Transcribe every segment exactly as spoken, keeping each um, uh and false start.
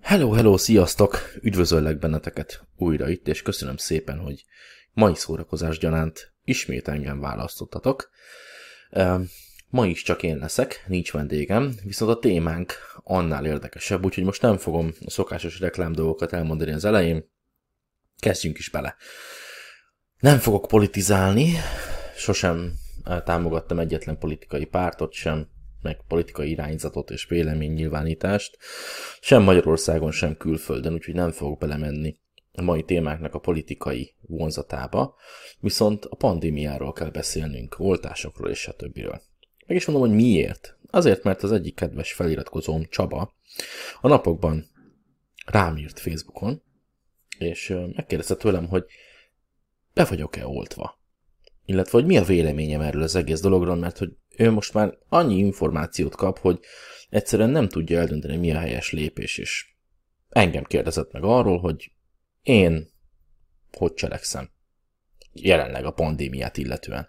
Hello, hello, sziasztok! Üdvözöllek benneteket újra itt, és köszönöm szépen, hogy mai szórakozás gyanánt ismét engem választottatok. Ma is csak én leszek, nincs vendégem, viszont a témánk annál érdekesebb, úgyhogy most nem fogom a szokásos reklám dolgokat elmondani az elején. Kezdjünk is bele. Nem fogok politizálni, sosem támogattam egyetlen politikai pártot sem, meg politikai irányzatot és véleménynyilvánítást, sem Magyarországon, sem külföldön, úgyhogy nem fogok belemenni a mai témáknak a politikai vonzatába, viszont a pandémiáról kell beszélnünk, oltásokról és stb. Meg is mondom, hogy miért. Azért, mert az egyik kedves feliratkozóm, Csaba, a napokban rám írt Facebookon, és megkérdezte tőlem, hogy be vagyok-e oltva. Illetve, hogy mi a véleményem erről az egész dologról, mert hogy ő most már annyi információt kap, hogy egyszerűen nem tudja eldönteni, mi a helyes lépés, és engem kérdezett meg arról, hogy én hogy cselekszem jelenleg a pandémiát illetően.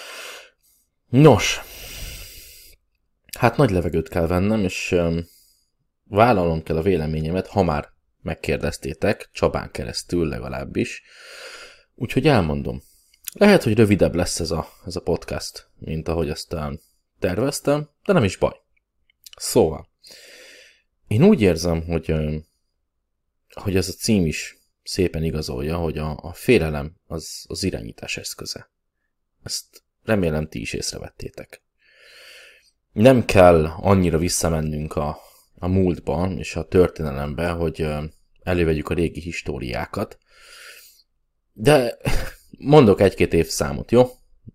Nos, hát nagy levegőt kell vennem, és um, vállalom kell a véleményemet, ha már megkérdeztétek, Csabán keresztül legalábbis, úgyhogy elmondom. Lehet, hogy rövidebb lesz ez a, ez a podcast, mint ahogy azt terveztem, de nem is baj. Szóval, én úgy érzem, hogy, hogy ez a cím is szépen igazolja, hogy a, a félelem az, az irányítás eszköze. Ezt remélem ti is észrevettétek. Nem kell annyira visszamennünk a, a múltba és a történelembe, hogy elővegyük a régi históriákat, de mondok egy-két évszámot, jó?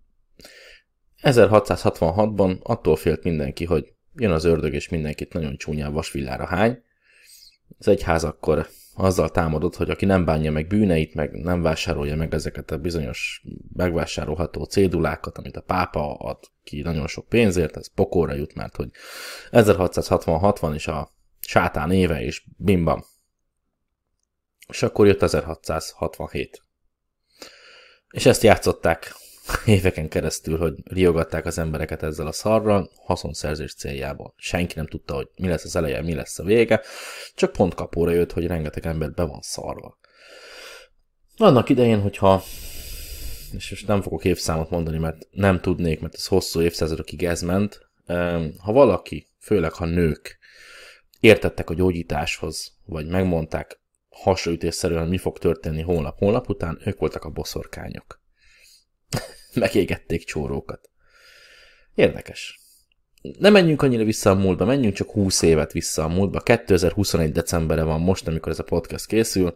ezerhatszázhatvanhatban attól félt mindenki, hogy jön az ördög, és mindenkit nagyon csúnyán vasvillára hány. Az egyház akkor azzal támadott, hogy aki nem bánja meg bűneit, meg nem vásárolja meg ezeket a bizonyos megvásárolható cédulákat, amit a pápa ad ki nagyon sok pénzért, ez pokolra jut, mert hogy ezerhatszázhatvanhat van, és a sátán éve, és bimbam. És akkor jött ezerhatszázhatvanhét. És ezt játszották éveken keresztül, hogy riogatták az embereket ezzel a szarral, haszonszerzés céljából. Senki nem tudta, hogy mi lesz az eleje, mi lesz a vége, csak pont kapóra jött, hogy rengeteg ember be van szarva. Annak idején, hogyha, és most nem fogok évszámot mondani, mert nem tudnék, mert ez hosszú évszázadokig ez ment, ha valaki, főleg ha nők, értettek a gyógyításhoz, vagy megmondták hasraütésszerűen, mi fog történni hónap-hónap után, ők voltak a boszorkányok. Megégették csórókat. Érdekes. Ne menjünk annyira vissza a múltba, menjünk csak húsz évet vissza a múltba. kétezer-huszonegy decembere van most, amikor ez a podcast készül.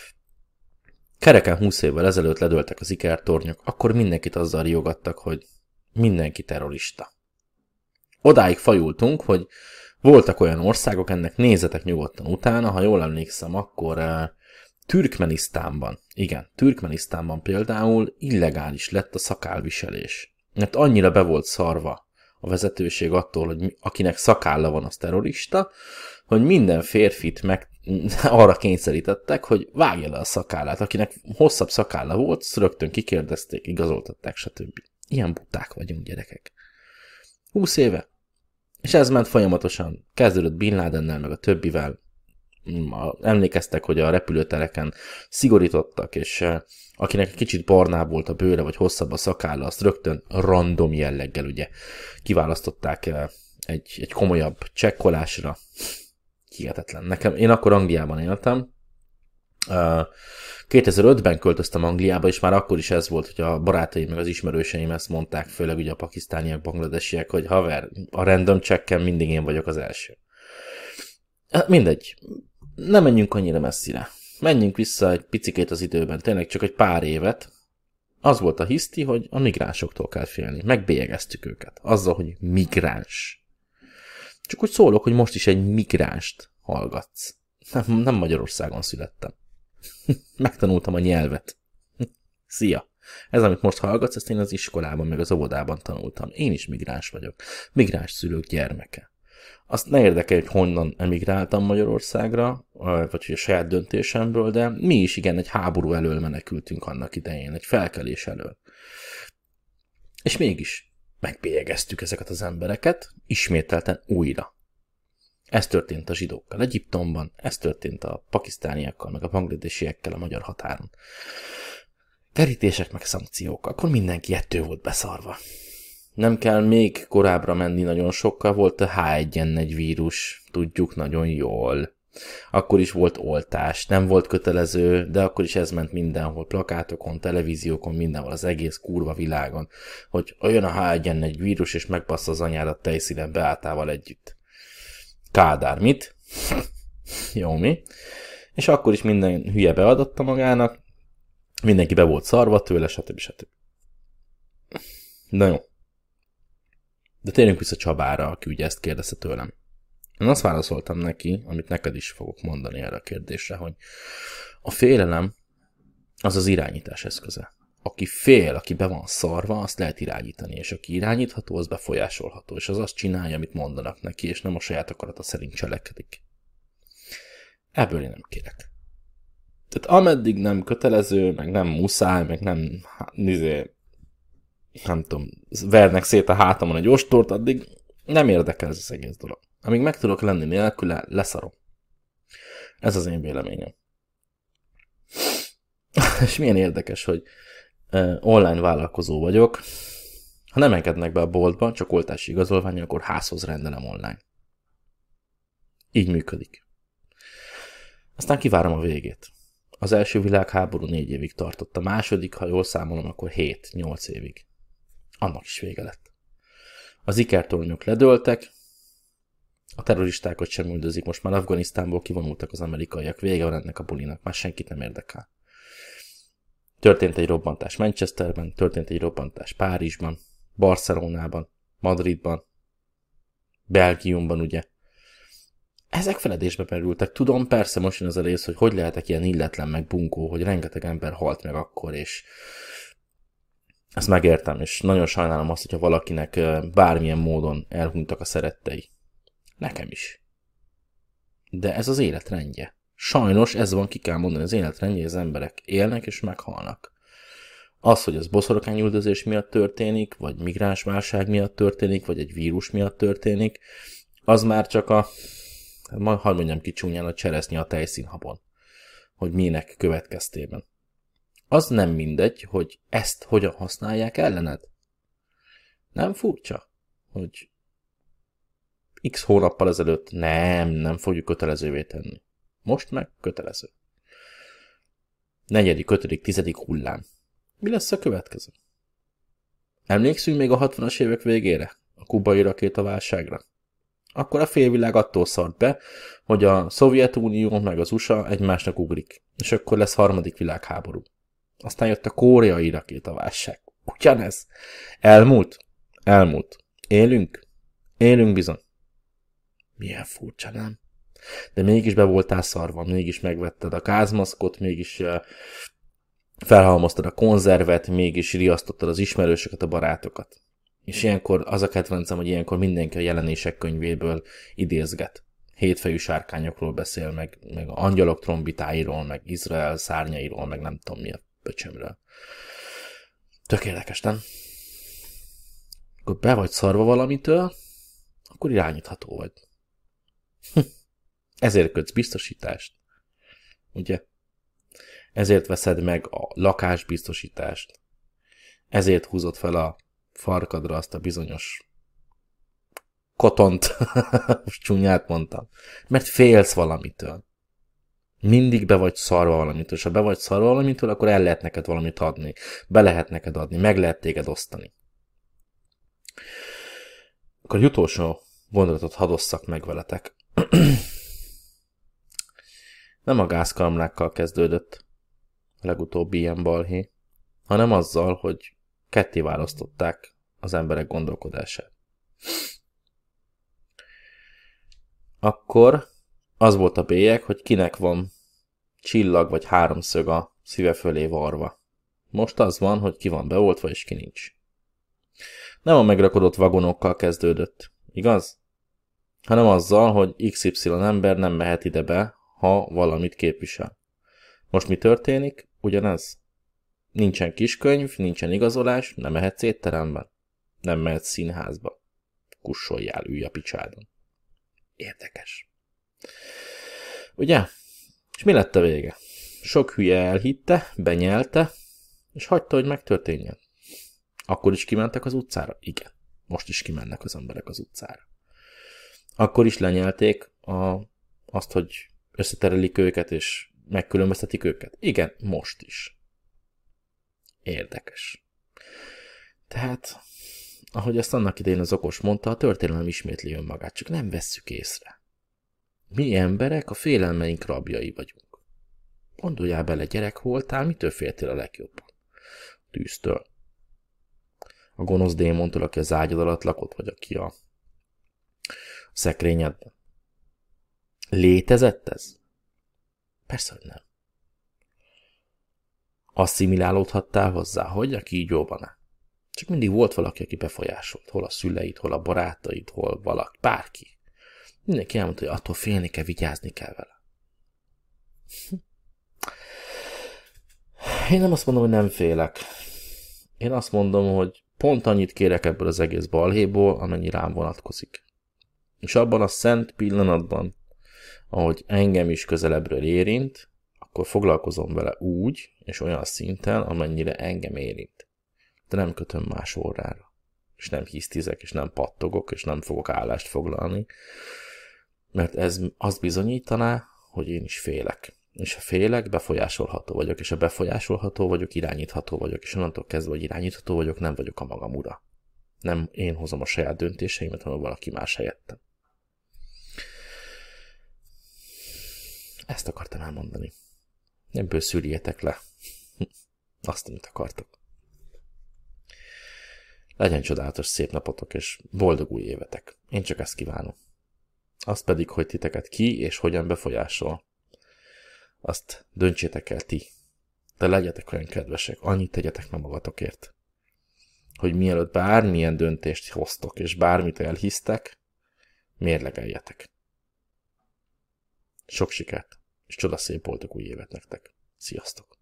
Kereken húsz évvel ezelőtt ledöltek az ikertornyok, akkor mindenkit azzal riogattak, hogy mindenki terrorista. Odáig fajultunk, hogy voltak olyan országok, ennek nézzetek nyugodtan utána, ha jól emlékszem, akkor uh, Türkmenisztánban, igen, Türkmenisztánban például illegális lett a szakálviselés. Mert annyira be volt szarva a vezetőség attól, hogy akinek szakálla van, az terrorista, hogy minden férfit meg arra kényszerítettek, hogy vágja le a szakállát. Akinek hosszabb szakálla volt, azt rögtön kikérdezték, igazoltatták, stb. Ilyen buták vagyunk, gyerekek. húsz éve. És ez ment folyamatosan. Kezdődött Bin Ladennel, meg a többivel. Emlékeztek, hogy a repülőtereken szigorítottak, és akinek egy kicsit barnább volt a bőre, vagy hosszabb a szakálla, azt rögtön random jelleggel ugye kiválasztották egy, egy komolyabb csekkolásra. Hihetetlen. Nekem, én akkor Angliában éltem. kétezer-ötben költöztem Angliába, és már akkor is ez volt, hogy a barátaim meg az ismerőseim ezt mondták, főleg ugye a pakisztániak, bangladesiek, hogy haver, a random checken mindig én vagyok az első. Mindegy. Nem menjünk annyira messzire. Menjünk vissza egy picikét az időben, tényleg csak egy pár évet. Az volt a hiszti, hogy a migránsoktól kell félni. Megbélyegeztük őket. Azzal, hogy migráns. Csak úgy szólok, hogy most is egy migránst hallgatsz. Nem, nem Magyarországon születtem. Megtanultam a nyelvet. Szia! Ez, amit most hallgatsz, ezt én az iskolában, meg az óvodában tanultam. Én is migráns vagyok. Migráns szülők gyermeke. Azt ne érdekel, hogy honnan emigráltam Magyarországra, vagy hogy a saját döntésemből, de mi is igen, egy háború elől menekültünk annak idején, egy felkelés elől. És mégis megbélyegeztük ezeket az embereket, ismételten újra. Ez történt a zsidókkal Egyiptomban, ez történt a pakisztániakkal, meg a bangladesiekkel a magyar határon. Terítések meg szankciók, akkor mindenki ettől volt beszarva. Nem kell még korábbra menni nagyon sokkal, volt a há egy en egy vírus, tudjuk nagyon jól. Akkor is volt oltás, nem volt kötelező, de akkor is ez ment mindenhol, plakátokon, televíziókon, mindenhol, az egész kurva világon, hogy olyan a há egy en egy vírus, és megbassza az anyádat tejszínen beáltával együtt. Kádár, mit? Jó, mi? És akkor is minden hülye beadatta magának, mindenki be volt szarva tőle, stb. stb. Na jó. De térjünk vissza Csabára, aki ugye ezt kérdezte tőlem. Én azt válaszoltam neki, amit neked is fogok mondani erre a kérdésre, hogy a félelem az az irányítás eszköze. Aki fél, aki be van szarva, azt lehet irányítani, és aki irányítható, az befolyásolható, és az azt csinálja, amit mondanak neki, és nem a saját akarata szerint cselekedik. Ebből én nem kérek. Tehát ameddig nem kötelező, meg nem muszáj, meg nem, izé, nem tudom, vernek szét a hátamon egy ostort, addig nem érdekel ez az egész dolog. Amíg meg tudok lenni nélküle, leszarom. Ez az én véleményem. És milyen érdekes, hogy online vállalkozó vagyok. Ha nem engednek be a boltba, csak oltási igazolvány, akkor házhoz rendelem online. Így működik. Aztán kivárom a végét. Az első világháború négy évig tartott, a második, ha jól számolom, akkor hét-nyolc évig. Annak is vége lett. Az ikertornyok ledőltek, a terroristákat sem üldözik, most már Afganisztánból kivonultak az amerikaiak, vége van ennek a bulinak, már senkit nem érdekel. Történt egy robbantás Manchesterben, történt egy robbantás Párizsban, Barcelonában, Madridban, Belgiumban, ugye. Ezek feledésbe merültek. Tudom, persze most jön az a rész, hogy hogy lehetek ilyen illetlen meg bunkó, hogy rengeteg ember halt meg akkor, és ezt megértem, és nagyon sajnálom azt, hogyha valakinek bármilyen módon elhunytak a szerettei. Nekem is. De ez az életrendje. Sajnos ez van, ki kell mondani, az életrendje, az emberek élnek és meghalnak. Az, hogy ez boszorkányüldözés miatt történik, vagy migránsválság miatt történik, vagy egy vírus miatt történik, az már csak a, majd hadd mondjam ki csúnyán, a cseresznye a tejszínhabon, hogy minek következtében. Az nem mindegy, hogy ezt hogyan használják ellened. Nem furcsa, hogy x hónappal ezelőtt nem, nem fogjuk kötelezővé tenni. Most meg kötelező. Negyedik, ötödik, tizedik hullám. Mi lesz a következő? Emlékszünk még a hatvanas évek végére? A kubai rakétaválságra? Akkor a félvilág attól szart be, hogy a Szovjetunió meg az u es á egymásnak ugrik, és akkor lesz harmadik világháború. Aztán jött a koreai rakétaválság. Ugyanez. Elmúlt? Elmúlt. Élünk? Élünk bizony. Milyen furcsa, nem? De mégis be voltál szarva, mégis megvetted a gázmaszkot, mégis felhalmoztad a konzervet, mégis riasztottad az ismerősöket, a barátokat. És ilyenkor az a kedvencem, hogy ilyenkor mindenki a jelenések könyvéből idézget. Hétfejű sárkányokról beszél, meg, meg a angyalok trombitáiról, meg Izrael szárnyairól, meg nem tudom mi a pöcsemről. Tök érdekes, nem? Akkor be vagy szarva valamitől, akkor irányítható vagy. Ezért kötsz biztosítást. Ugye? Ezért veszed meg a lakásbiztosítást. Ezért húzod fel a farkadra azt a bizonyos kotont. Most csúnyát mondtam. Mert félsz valamitől. Mindig be vagy szarva valamitől. És ha be vagy szarva valamitől, akkor el lehet neked valamit adni. Be lehet neked adni. Meg lehet téged osztani. Akkor egy utolsó gondolatot hadd osszak meg veletek. Nem a gázkamrákkal kezdődött a legutóbbi ilyen balhé, hanem azzal, hogy ketté választották az emberek gondolkodását. Akkor az volt a bélyeg, hogy kinek van csillag vagy háromszög a szíve fölé varva. Most az van, hogy ki van beoltva és ki nincs. Nem a megrakodott vagonokkal kezdődött, igaz? Hanem azzal, hogy iksz ipszilon ember nem mehet ide be, ha valamit képvisel. Most mi történik? Ugyanez. Nincsen kiskönyv, nincsen igazolás, nem mehetsz étteremben. Nem mehetsz színházba. Kussoljál, ülj a picsádon. Érdekes. Ugye? És mi lett a vége? Sok hülye elhitte, benyelte, és hagyta, hogy megtörténjen. Akkor is kimentek az utcára? Igen. Most is kimennek az emberek az utcára. Akkor is lenyelték a, azt, hogy összeterelik őket, és megkülönböztetik őket? Igen, most is. Érdekes. Tehát, ahogy ezt annak idején az okos mondta, a történelem ismétli önmagát, csak nem vesszük észre. Mi emberek a félelmeink rabjai vagyunk. Gondoljál bele, gyerek voltál, mitől féltél a legjobban? Tűztől. A gonosz démontól, aki az ágyad alatt lakott, vagy aki a szekrényedben. Létezett ez? Persze, hogy nem. Asszimilálódhattál hozzá, hogy aki így jóban-e? Csak mindig volt valaki, aki befolyásolt. Hol a szüleid, hol a barátaid, hol valaki, bárki. Mindenki elmondta, hogy attól félni kell, vigyázni kell vele. Én nem azt mondom, hogy nem félek. Én azt mondom, hogy pont annyit kérek ebből az egész balhéból, amennyi rám vonatkozik. És abban a szent pillanatban, ahogy engem is közelebbről érint, akkor foglalkozom vele úgy, és olyan szinten, amennyire engem érint. De nem kötöm más órára. És nem hisztizek, és nem pattogok, és nem fogok állást foglalni. Mert ez azt bizonyítaná, hogy én is félek. És ha félek, befolyásolható vagyok, és ha befolyásolható vagyok, irányítható vagyok, és onnantól kezdve, hogy irányítható vagyok, nem vagyok a magam ura. Nem én hozom a saját döntéseimet, hanem valaki más helyettem. Ezt akartam elmondani. Ebből szűrjétek le azt, amit akartok. Legyen csodálatos szép napotok, és boldog új évetek. Én csak ezt kívánom. Azt pedig, hogy titeket ki és hogyan befolyásol, azt döntsétek el ti. De legyetek olyan kedvesek, annyit tegyetek meg magatokért, hogy mielőtt bármilyen döntést hoztok, és bármit elhisztek, mérlegeljetek. Sok sikert, és csodaszép boldog új évet nektek. Sziasztok!